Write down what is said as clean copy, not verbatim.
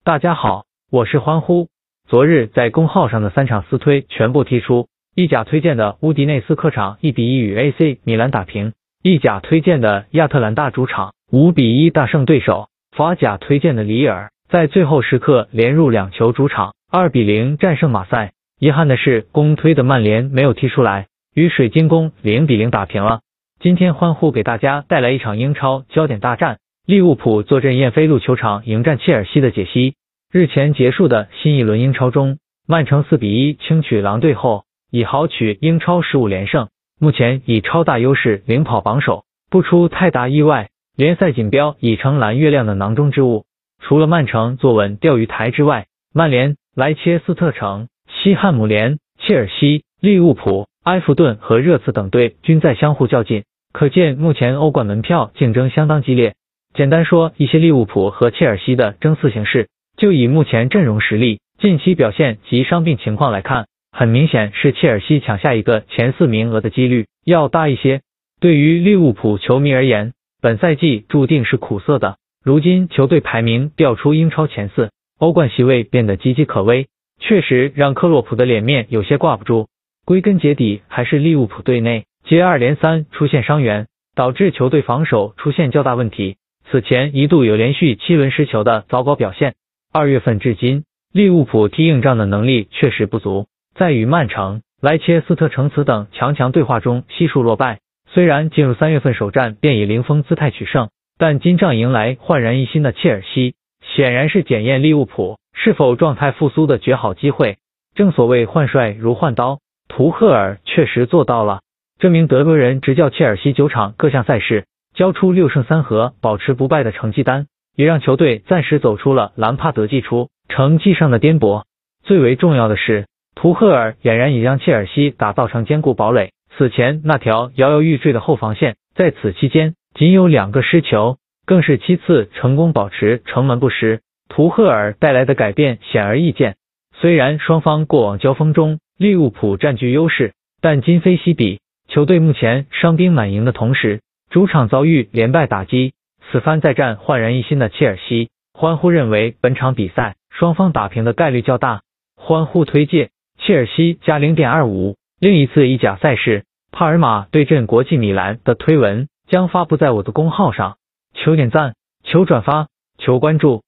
大家好，我是欢呼。昨日在公号上的3场私推全部踢出，意甲推荐的乌迪内斯客场1-1与 AC 米兰打平，意甲推荐的亚特兰大主场5-1大胜对手，法甲推荐的里尔在最后时刻连入2球主场2-0战胜马赛。遗憾的是，公推的曼联没有踢出来，与水晶宫0-0打平了。今天欢呼给大家带来一场英超焦点大战，利物浦坐镇燕菲路球场迎战切尔西的解析。日前结束的新一轮英超中，曼城4-1轻取狼队后，已豪取英超15连胜，目前以超大优势领跑榜首。不出太大意外，联赛锦标已成蓝月亮的囊中之物。除了曼城坐稳钓鱼台之外，曼联、莱切斯特城、西汉姆联、切尔西、利物浦、埃弗顿和热刺等队均在相互较劲，可见目前欧冠门票竞争相当激烈。简单说一些利物浦和切尔西的争四形势，就以目前阵容实力、近期表现及伤病情况来看，很明显是切尔西抢下一个前4名额的几率要大一些。对于利物浦球迷而言，本赛季注定是苦涩的，如今球队排名掉出英超前4，欧冠席位变得岌岌可危，确实让克洛普的脸面有些挂不住。归根结底还是利物浦队内接二连三出现伤员，导致球队防守出现较大问题。此前一度有连续7轮失球的糟糕表现。2月份至今，利物浦踢硬仗的能力确实不足，在与曼城、莱切斯特城此等强对话中悉数落败。虽然进入3月份首战便以零封姿态取胜，但今仗迎来焕然一新的切尔西，显然是检验利物浦是否状态复苏的绝好机会。正所谓换帅如换刀，图赫尔确实做到了。这名德国人执教切尔西9场各项赛事，交出6胜3和，保持不败的成绩单，也让球队暂时走出了兰帕德季初成绩上的颠簸。最为重要的是，图赫尔俨然已将切尔西打造成坚固堡垒，此前那条摇摇欲坠的后防线，在此期间仅有2个失球，更是7次成功保持城门不失。图赫尔带来的改变显而易见。虽然双方过往交锋中利物浦占据优势，但今非昔比，球队目前伤兵满营的同时，主场遭遇连败打击，此番再战焕然一新的切尔西，欢呼认为本场比赛双方打平的概率较大，欢呼推介切尔西加 0.25。 另一次意甲赛事帕尔马对阵国际米兰的推文将发布在我的公号上，求点赞，求转发，求关注。